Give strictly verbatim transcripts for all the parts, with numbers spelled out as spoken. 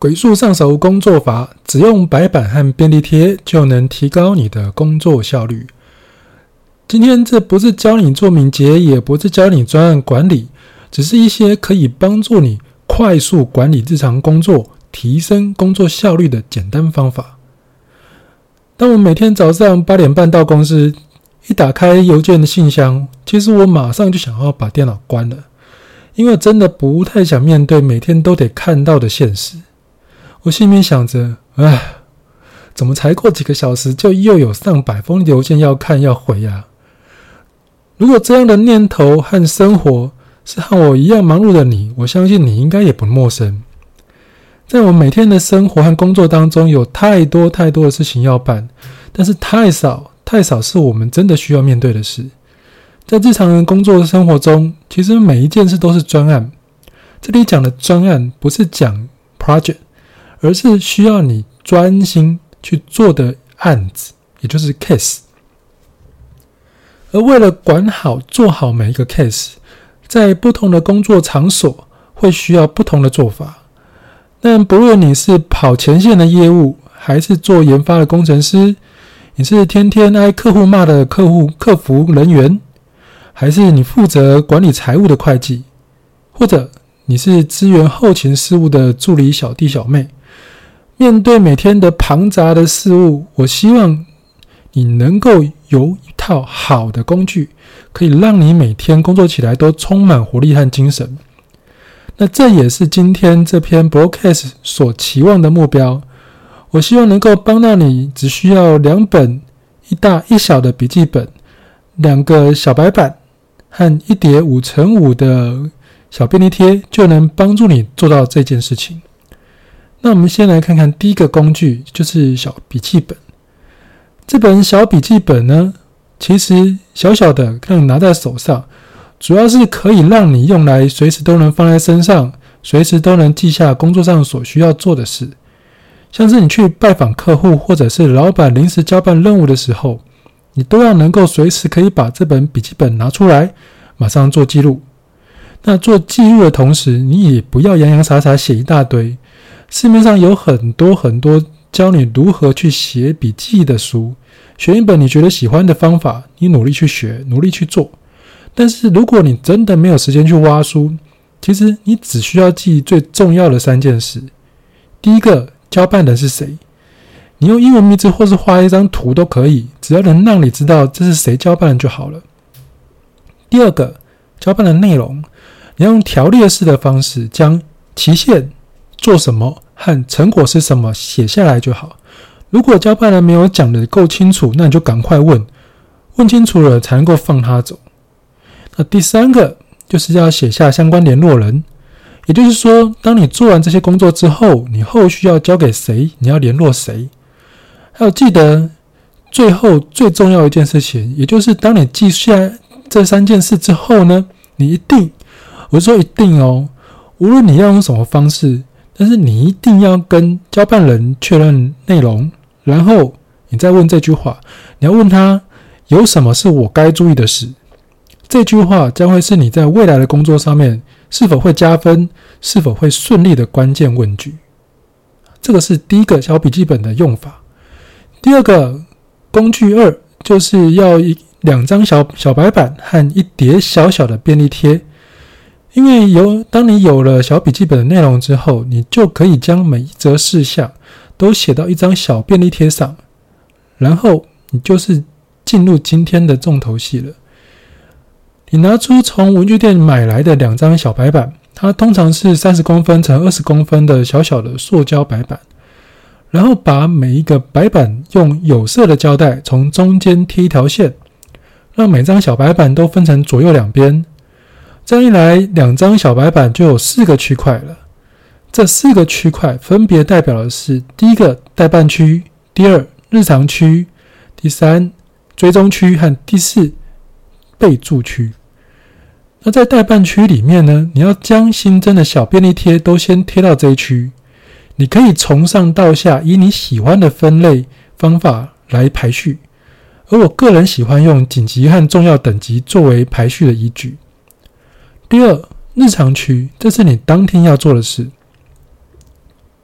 鬼速上手工作法，只用白板和便利贴就能提高你的工作效率。今天这不是教你做敏捷，也不是教你专案管理，只是一些可以帮助你快速管理日常工作，提升工作效率的简单方法。当我每天早上八点半到公司，一打开邮件的信箱，其实我马上就想要把电脑关了，因为真的不太想面对每天都得看到的现实。我心里面想着，唉，怎么才过几个小时就又有上百封邮件要看要回啊？如果这样的念头和生活是和我一样忙碌的你，我相信你应该也不陌生。在我每天的生活和工作当中，有太多太多的事情要办，但是太少太少是我们真的需要面对的事。在日常的工作生活中，其实每一件事都是专案。这里讲的专案不是讲 project， 而是需要你专心去做的案子，也就是 case。 而为了管好做好每一个 case， 在不同的工作场所会需要不同的做法。但不论你是跑前线的业务，还是做研发的工程师，你是天天挨客户骂的客户客服人员，还是你负责管理财务的会计，或者你是支援后勤事务的助理小弟小妹，面对每天的庞杂的事物，我希望你能够有一套好的工具，可以让你每天工作起来都充满活力和精神。那这也是今天这篇 broadcast 所期望的目标。我希望能够帮到你，只需要两本一大一小的笔记本，两个小白板和一叠五乘五的小便利贴，就能帮助你做到这件事情。那我们先来看看第一个工具，就是小笔记本。这本小笔记本呢，其实小小的，让你拿在手上，主要是可以让你用来随时都能放在身上，随时都能记下工作上所需要做的事。像是你去拜访客户，或者是老板临时交办任务的时候，你都要能够随时可以把这本笔记本拿出来，马上做记录。那做记录的同时，你也不要洋洋洒洒写一大堆。市面上有很多很多教你如何去写笔记的书，选一本你觉得喜欢的方法，你努力去学，努力去做。但是如果你真的没有时间去挖书，其实你只需要记最重要的三件事。第一个，交办人是谁，你用英文名字或是画一张图都可以，只要能让你知道这是谁交办就好了。第二个，交办的内容，你要用条列式的方式将期限、做什么和成果是什么写下来就好。如果交办人没有讲得够清楚，那你就赶快问，问清楚了才能够放他走。那第三个，就是要写下相关联络人，也就是说，当你做完这些工作之后，你后续要交给谁，你要联络谁。还有记得最后最重要的一件事情，也就是当你记下这三件事之后呢，你一定，我说一定哦，无论你要用什么方式，但是你一定要跟交办人确认内容，然后你再问这句话，你要问他有什么是我该注意的事。这句话将会是你在未来的工作上面是否会加分，是否会顺利的关键问句。这个是第一个小笔记本的用法。第二个工具二，就是要一两张小小白板和一叠小小的便利贴。因为有当你有了小笔记本的内容之后，你就可以将每一则事项都写到一张小便利贴上，然后你就是进入今天的重头戏了。你拿出从文具店买来的两张小白板，它通常是三十公分乘二十公分的小小的塑胶白板，然后把每一个白板用有色的胶带从中间贴一条线，让每张小白板都分成左右两边。这样一来，两张小白板就有四个区块了。这四个区块分别代表的是：第一个待办区，第二日常区，第三追踪区和第四备注区。那在待办区里面呢，你要将新增的小便利贴都先贴到这一区。你可以从上到下以你喜欢的分类方法来排序，而我个人喜欢用紧急和重要等级作为排序的依据。第二，日常区，这是你当天要做的事。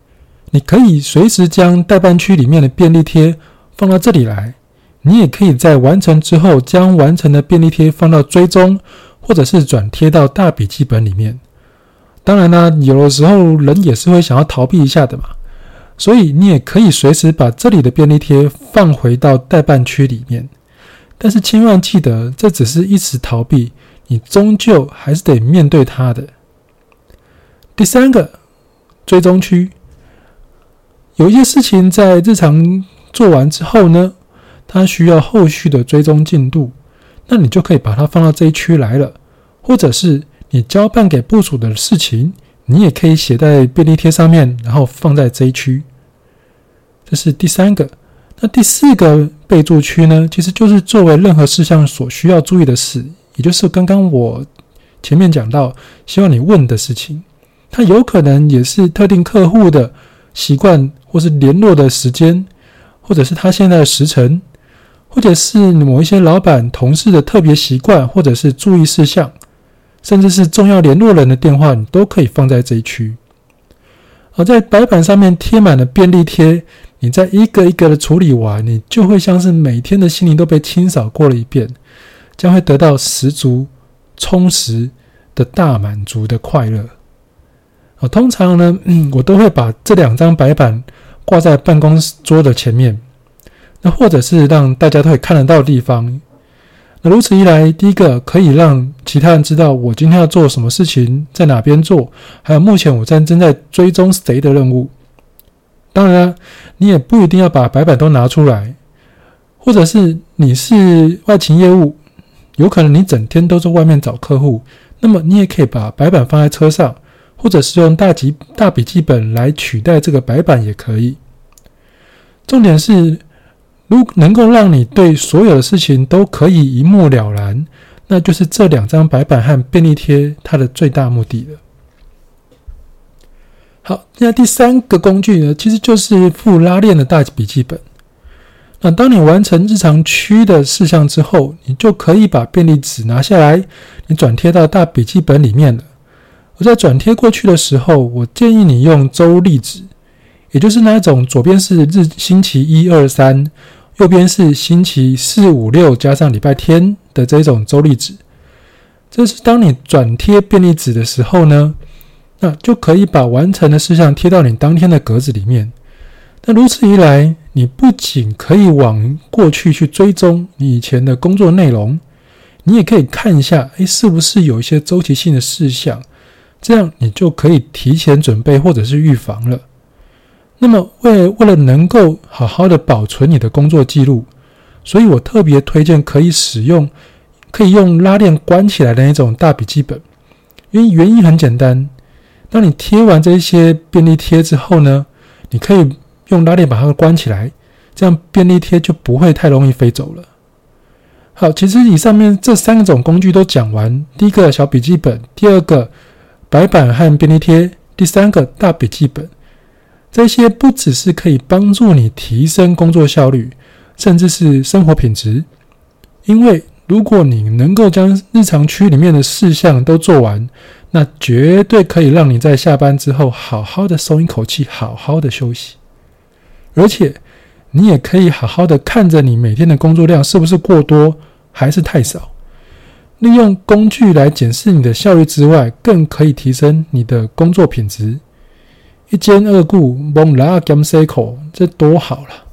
你可以随时将待办区里面的便利贴放到这里来，你也可以在完成之后将完成的便利贴放到追踪，或者是转贴到大笔记本里面。当然啦，有的时候人也是会想要逃避一下的嘛，所以你也可以随时把这里的便利贴放回到待办区里面。但是千万记得，这只是一时逃避，你终究还是得面对它的。第三个，追踪区。有一些事情在日常做完之后呢，它需要后续的追踪进度，那你就可以把它放到这一区来了。或者是你交办给部属的事情，你也可以写在便利贴上面，然后放在这一区。这是第三个。那第四个备注区呢，其实就是作为任何事项所需要注意的事，也就是刚刚我前面讲到希望你问的事情，它有可能也是特定客户的习惯，或是联络的时间，或者是他现在的时程，或者是某一些老板同事的特别习惯，或者是注意事项，甚至是重要联络人的电话，你都可以放在这一区。而在白板上面贴满了便利贴，你再一个一个的处理完，你就会像是每天的心灵都被清扫过了一遍，将会得到十足充实的大满足的快乐。通常呢、嗯、我都会把这两张白板挂在办公桌的前面，那或者是让大家都可以看得到的地方。那如此一来，第一个可以让其他人知道我今天要做什么事情，在哪边做，还有目前我正在追踪谁的任务。当然你也不一定要把白板都拿出来，或者是你是外勤业务，有可能你整天都在外面找客户，那么你也可以把白板放在车上，或者是用大笔大笔记本来取代这个白板也可以。重点是如能够让你对所有的事情都可以一目了然，那就是这两张白板和便利贴它的最大目的了。好，那第三个工具呢，其实就是附拉链的大笔记本。那当你完成日常区的事项之后，你就可以把便利纸拿下来，你转贴到大笔记本里面了。而在转贴过去的时候，我建议你用周历纸，也就是那种左边是日星期一二三，右边是星期四五六加上礼拜天的这种周历纸。这是当你转贴便利纸的时候呢，那就可以把完成的事项贴到你当天的格子里面。那如此一来，你不仅可以往过去去追踪你以前的工作内容，你也可以看一下，诶，是不是有一些周期性的事项，这样你就可以提前准备或者是预防了。那么为为了能够好好的保存你的工作记录，所以我特别推荐可以使用可以用拉链关起来的那种大笔记本。因为原因很简单，当你贴完这些便利贴之后呢，你可以用拉链把它关起来，这样便利贴就不会太容易飞走了。好，其实以上面这三种工具都讲完，第一个小笔记本，第二个白板和便利贴，第三个大笔记本。这些不只是可以帮助你提升工作效率，甚至是生活品质。因为如果你能够将日常区里面的事项都做完，那绝对可以让你在下班之后好好的松一口气，好好的休息。而且你也可以好好的看着你每天的工作量是不是过多还是太少，利用工具来检视你的效率之外，更可以提升你的工作品质。一兼二顾，蒙拉减塞口，这多好了。